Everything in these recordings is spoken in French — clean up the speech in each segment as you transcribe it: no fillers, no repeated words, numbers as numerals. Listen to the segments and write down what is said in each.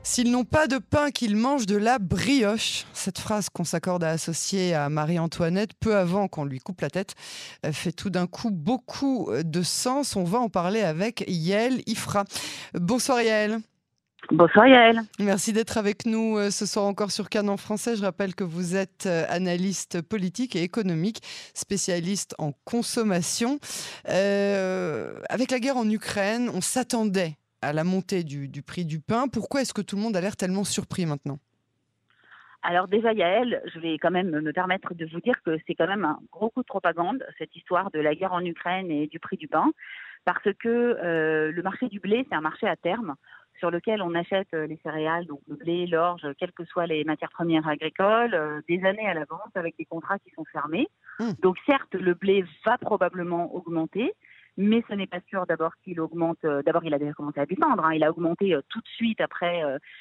S'ils n'ont pas de pain, qu'ils mangent de la brioche. Cette phrase qu'on s'accorde à associer à Marie-Antoinette peu avant qu'on lui coupe la tête fait tout d'un coup beaucoup de sens. On va en parler avec Yael Ifra. Bonsoir Yael. Bonsoir Yael. Merci d'être avec nous ce soir encore sur Cannes en français. Je rappelle que vous êtes analyste politique et économique, spécialiste en consommation. Avec la guerre en Ukraine, on s'attendait à la montée du prix du pain. Pourquoi est-ce que tout le monde a l'air tellement surpris maintenant ? Alors déjà Yael, je vais quand même me permettre de vous dire que c'est quand même un gros coup de propagande, cette histoire de la guerre en Ukraine et du prix du pain, parce que le marché du blé, c'est un marché à terme sur lequel on achète les céréales, donc le blé, l'orge, quelles que soient les matières premières agricoles, des années à l'avance avec des contrats qui sont fermés. Donc certes, le blé va probablement augmenter, mais ce n'est pas sûr d'abord qu'il augmente. D'abord, il a déjà commencé à descendre. Il a augmenté tout de suite après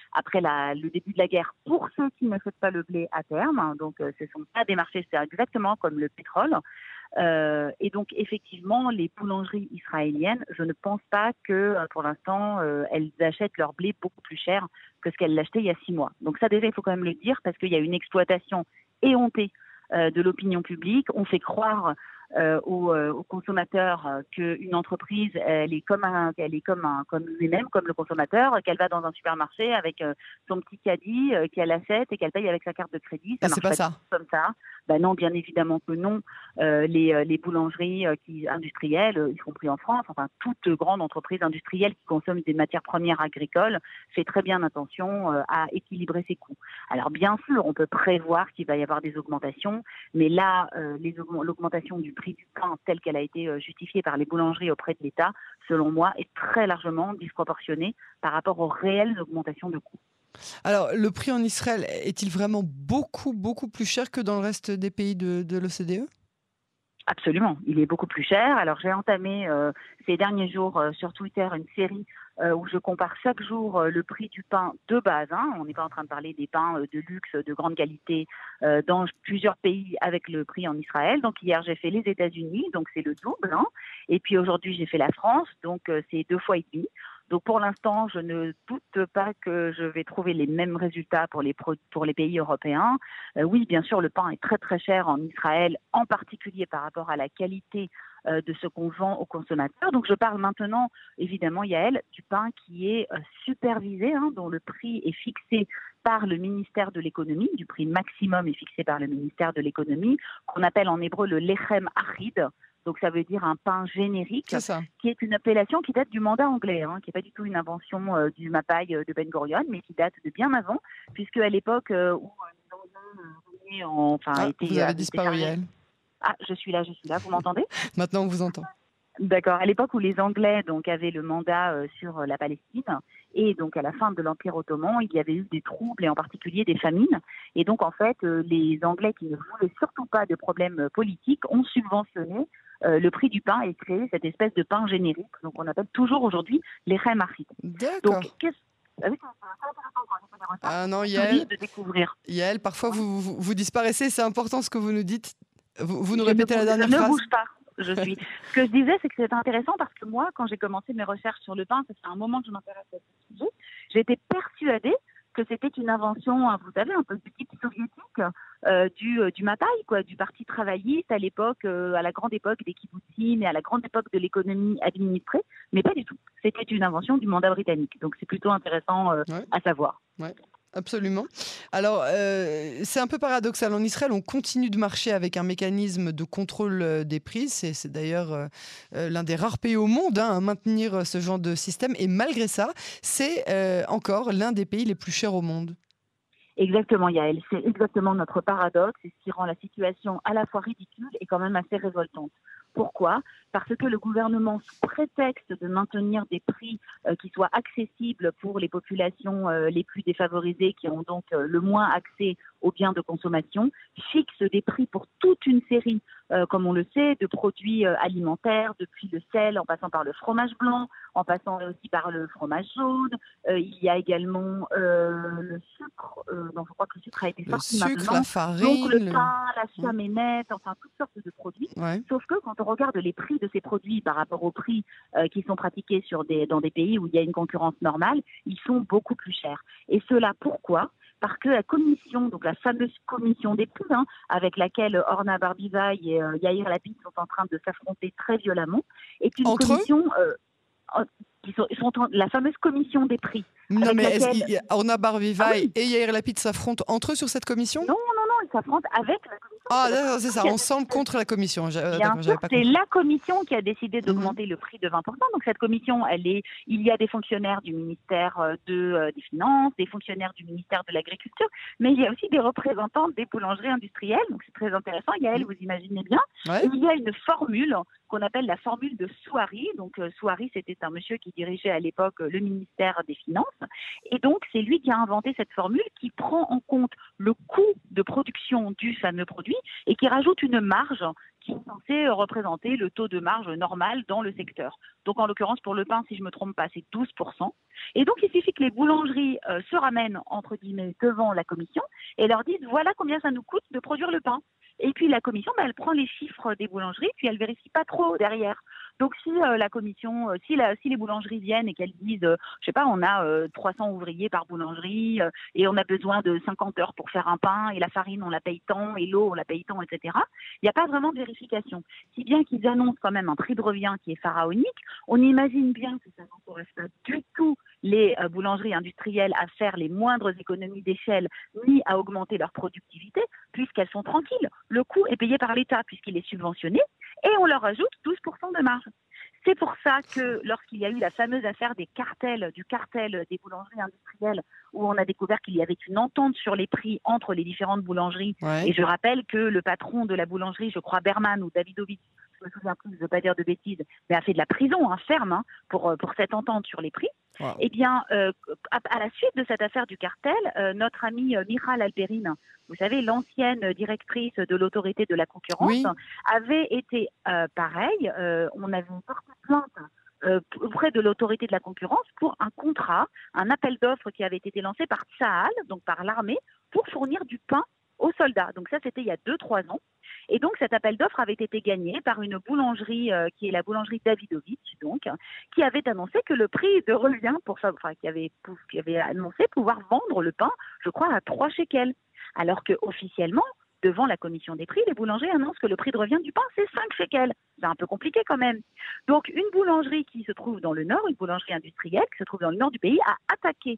le début de la guerre pour ceux qui n'achètent pas le blé à terme. Donc, ce ne sont pas des marchés, c'est exactement comme le pétrole. Et donc, effectivement, les boulangeries israéliennes, je ne pense pas que, pour l'instant, elles achètent leur blé beaucoup plus cher que ce qu'elles l'achetaient il y a 6 mois. Donc ça, déjà, il faut quand même le dire, parce qu'il y a une exploitation éhontée de l'opinion publique. On fait croire aux consommateurs qu'une entreprise, elle est comme lui-même, comme le consommateur, qu'elle va dans un supermarché avec son petit caddie, qu'elle achète et qu'elle paye avec sa carte de crédit. Ça Et c'est marche pas pas ça. comme ça. Ben non, bien évidemment que non. Les boulangeries industrielles, y compris en France, enfin toute grande entreprise industrielle qui consomme des matières premières agricoles, fait très bien attention à équilibrer ses coûts. Alors bien sûr, on peut prévoir qu'il va y avoir des augmentations, mais là, l'augmentation du prix du pain telle qu'elle a été justifiée par les boulangeries auprès de l'État, selon moi, est très largement disproportionnée par rapport aux réelles augmentations de coûts. Alors, le prix en Israël est-il vraiment beaucoup, beaucoup plus cher que dans le reste des pays de l'OCDE ? Absolument, il est beaucoup plus cher. Alors j'ai entamé ces derniers jours sur Twitter une série où je compare chaque jour le prix du pain de base. On n'est pas en train de parler des pains de luxe, de grande qualité dans plusieurs pays avec le prix en Israël. Donc hier j'ai fait les États-Unis, donc c'est le double. Et puis aujourd'hui j'ai fait la France, donc c'est 2 fois et demi. Donc pour l'instant, je ne doute pas que je vais trouver les mêmes résultats pour les pays européens. Oui, bien sûr, le pain est très très cher en Israël, en particulier par rapport à la qualité de ce qu'on vend aux consommateurs. Donc je parle maintenant, évidemment, Yael, du pain qui est supervisé, dont le prix est fixé par le ministère de l'économie, du prix maximum est fixé par le ministère de l'économie, qu'on appelle en hébreu le lechem achid. Donc ça veut dire un pain générique, C'est ça. qui est une appellation qui date du mandat anglais, qui n'est pas du tout une invention du Mapai de Ben Gurion, mais qui date de bien avant, puisque à l'époque où les Anglais Vous avez avaient été disparu, chargés. Yael. Ah, je suis là, vous m'entendez ? Maintenant, on vous entend. D'accord. À l'époque où les Anglais donc avaient le mandat sur la Palestine, et donc à la fin de l'Empire ottoman, il y avait eu des troubles et en particulier des famines. Et donc en fait, les Anglais qui ne voulaient surtout pas de problèmes politiques ont subventionné le prix du pain et créé cette espèce de pain générique. Donc on appelle toujours aujourd'hui les Machid. Donc D'accord. qu'est-ce ah oui, c'est intéressant quand on fait des recherches, Ah non, c'est toujours Yael, de découvrir. parfois vous disparaissez, c'est important ce que vous nous dites. Vous nous Je répétez la je dernière ne phrase ? bouge pas. Ce que je disais, c'est que c'est intéressant parce que moi, quand j'ai commencé mes recherches sur le pain, ça fait un moment que je m'intéresse à ce sujet, j'étais persuadée que c'était une invention, vous savez, un peu du type soviétique du Mapai, quoi, du parti travailliste à l'époque, à la grande époque des kibbutzim et à la grande époque de l'économie administrée, mais pas du tout. C'était une invention du mandat britannique. Donc c'est plutôt intéressant Ouais. à savoir. Ouais, absolument. Alors, c'est un peu paradoxal. En Israël, on continue de marcher avec un mécanisme de contrôle des prix. C'est d'ailleurs l'un des rares pays au monde à maintenir ce genre de système. Et malgré ça, c'est encore l'un des pays les plus chers au monde. Exactement, Yael. C'est exactement notre paradoxe et ce qui rend la situation à la fois ridicule et quand même assez révoltante. Pourquoi ? Parce que le gouvernement, sous prétexte de maintenir des prix qui soient accessibles pour les populations les plus défavorisées, qui ont donc le moins accès aux biens de consommation, fixe des prix pour toute une série, comme on le sait, de produits alimentaires, depuis le sel, en passant par le fromage blanc, en passant aussi par le fromage jaune. Il y a également le sucre, donc je crois que le sucre a été Le sorti sucre, maintenant. la Donc le farine. pain, la chaménette, enfin toutes sortes de produits. Ouais. Sauf que quand on regarde les prix de ces produits par rapport aux prix qui sont pratiqués dans des pays où il y a une concurrence normale, ils sont beaucoup plus chers. Et cela pourquoi ? Parce que la commission, donc la fameuse commission des prix, avec laquelle Orna Barbivaï et Yair Lapid sont en train de s'affronter très violemment, est une Entre eux ? commission la fameuse commission des prix. Non, mais laquelle... Orna Barbivaï oui. et Yair Lapid s'affrontent entre eux sur cette commission ? Non, ils s'affrontent avec la commission. Ah, d'accord, c'est ça, ensemble contre la commission. Bien sûr, c'est la commission qui a décidé d'augmenter le prix de 20%. Donc cette commission, il y a des fonctionnaires du ministère des Finances, des fonctionnaires du ministère de l'Agriculture, mais il y a aussi des représentants des boulangeries industrielles. Donc c'est très intéressant. Yael, vous imaginez bien. Ouais. Il y a une formule qu'on appelle la formule de Souari. Donc Souari, c'était un monsieur qui dirigeait à l'époque le ministère des Finances. Et donc c'est lui qui a inventé cette formule qui prend en compte le coût de production du fameux produit et qui rajoute une marge qui est censée représenter le taux de marge normal dans le secteur. Donc en l'occurrence pour le pain, si je ne me trompe pas, c'est 12%. Et donc il suffit que les boulangeries se ramènent entre guillemets devant la commission et leur disent voilà combien ça nous coûte de produire le pain. Et puis la commission, elle prend les chiffres des boulangeries, puis elle vérifie pas trop derrière. Donc si la commission, si les boulangeries viennent et qu'elles disent, je sais pas, on a 300 ouvriers par boulangerie et on a besoin de 50 heures pour faire un pain et la farine on la paye tant et l'eau on la paye tant, etc. Il n'y a pas vraiment de vérification. Si bien qu'ils annoncent quand même un prix de revient qui est pharaonique, on imagine bien que ça n'encourage pas du tout les boulangeries industrielles à faire les moindres économies d'échelle ni à augmenter leur productivité puisqu'elles sont tranquilles. Le coût est payé par l'État puisqu'il est subventionné et on leur ajoute 12% de marge. C'est pour ça que lorsqu'il y a eu la fameuse affaire du cartel des boulangeries industrielles où on a découvert qu'il y avait une entente sur les prix entre les différentes boulangeries, et je rappelle que le patron de la boulangerie, je crois Berman ou Davidovich, je me souviens plus, je ne veux pas dire de bêtises, mais a fait de la prison ferme pour cette entente sur les prix. Wow. Eh bien, à la suite de cette affaire du cartel, notre amie Michal Alperin, vous savez, l'ancienne directrice de l'autorité de la concurrence, avait été pareil. On avait porté plainte auprès de l'autorité de la concurrence pour un contrat, un appel d'offres qui avait été lancé par Tsahal, donc par l'armée, pour fournir du pain aux soldats. Donc ça, c'était il y a 2-3 ans. Et donc, cet appel d'offres avait été gagné par une boulangerie qui est la boulangerie Davidovich, donc, qui avait annoncé que le prix de revient, qui avait annoncé pouvoir vendre le pain, je crois, à 3 shekels. Alors qu'officiellement, devant la commission des prix, les boulangers annoncent que le prix de revient du pain, c'est 5 shekels. C'est un peu compliqué quand même. Donc, une boulangerie qui se trouve dans le nord, une boulangerie industrielle qui se trouve dans le nord du pays, a attaqué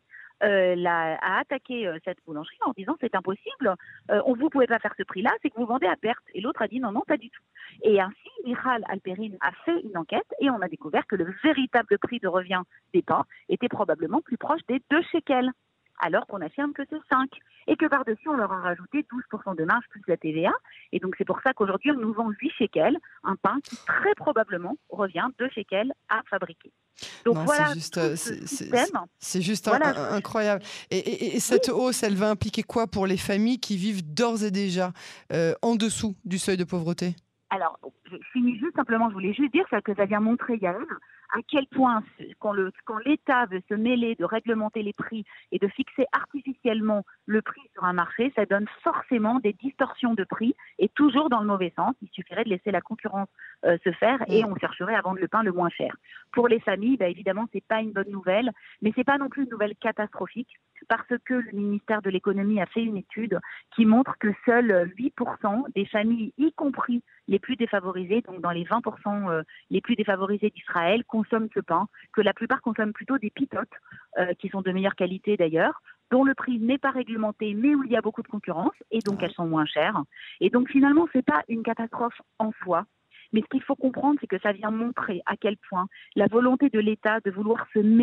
cette boulangerie en disant c'est impossible, vous ne pouvez pas faire ce prix-là, c'est que vous vendez à perte. Et l'autre a dit non, pas du tout. Et ainsi, Michal Alperin a fait une enquête et on a découvert que le véritable prix de revient des pains était probablement plus proche des 2 shekels, alors qu'on affirme que c'est 5. Et que par-dessus, on leur a rajouté 12% de marge plus la TVA. Et donc, c'est pour ça qu'aujourd'hui, on nous vend 8 shekels, un pain qui très probablement revient 2 shekels à fabriquer. Donc non, voilà, c'est juste incroyable. Et cette hausse, elle va impliquer quoi pour les familles qui vivent d'ores et déjà en dessous du seuil de pauvreté ? Alors, je finis juste simplement, je voulais juste dire ça, que ça vient montrer, Yael, à quel point, quand l'État veut se mêler de réglementer les prix et de fixer artificiellement le prix sur un marché, ça donne forcément des distorsions de prix et toujours dans le mauvais sens. Il suffirait de laisser la concurrence se faire et on chercherait à vendre le pain le moins cher. Pour les familles, évidemment, c'est pas une bonne nouvelle, mais c'est pas non plus une nouvelle catastrophique parce que le ministère de l'économie a fait une étude qui montre que seuls 8% des familles, y compris les plus défavorisées, donc dans les 20% les plus défavorisés d'Israël, consomment ce pain, que la plupart consomment plutôt des pitotes, qui sont de meilleure qualité d'ailleurs, dont le prix n'est pas réglementé, mais où il y a beaucoup de concurrence, et donc elles sont moins chères. Et donc finalement, ce n'est pas une catastrophe en soi, mais ce qu'il faut comprendre, c'est que ça vient montrer à quel point la volonté de l'État de vouloir se mêler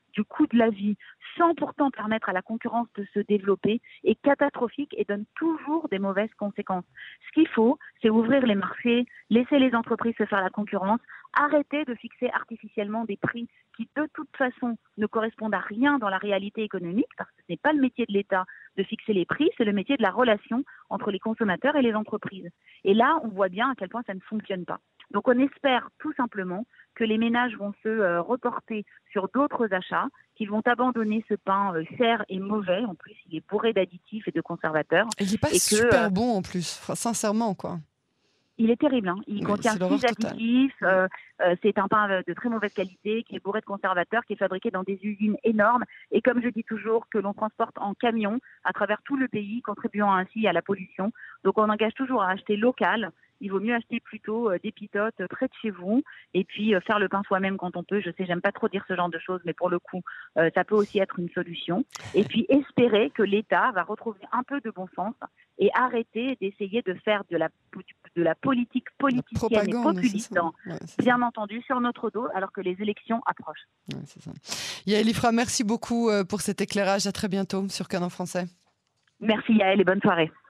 du coût de la vie, sans pourtant permettre à la concurrence de se développer, est catastrophique et donne toujours des mauvaises conséquences. Ce qu'il faut, c'est ouvrir les marchés, laisser les entreprises se faire la concurrence, arrêter de fixer artificiellement des prix qui, de toute façon, ne correspondent à rien dans la réalité économique, parce que ce n'est pas le métier de l'État de fixer les prix, c'est le métier de la relation entre les consommateurs et les entreprises. Et là, on voit bien à quel point ça ne fonctionne pas. Donc on espère tout simplement que les ménages vont se reporter sur d'autres achats, qu'ils vont abandonner ce pain cher et mauvais. En plus, il est bourré d'additifs et de conservateurs. Et il n'est pas super bon en plus, sincèrement, quoi. Il est terrible. Il contient 6 additifs. C'est un pain de très mauvaise qualité qui est bourré de conservateurs, qui est fabriqué dans des usines énormes. Et comme je dis toujours, que l'on transporte en camion à travers tout le pays, contribuant ainsi à la pollution. Donc on engage toujours à acheter local. Il vaut mieux acheter plutôt des pitotes près de chez vous et puis faire le pain soi-même quand on peut. Je sais, j'aime pas trop dire ce genre de choses, mais pour le coup, ça peut aussi être une solution. Et puis espérer que l'État va retrouver un peu de bon sens et arrêter d'essayer de faire de la politique politicienne et populiste, bien entendu, sur notre dos, alors que les élections approchent. Ouais, c'est ça. Yaël Ifra, merci beaucoup pour cet éclairage. À très bientôt sur Canon Français. Merci Yaël et bonne soirée.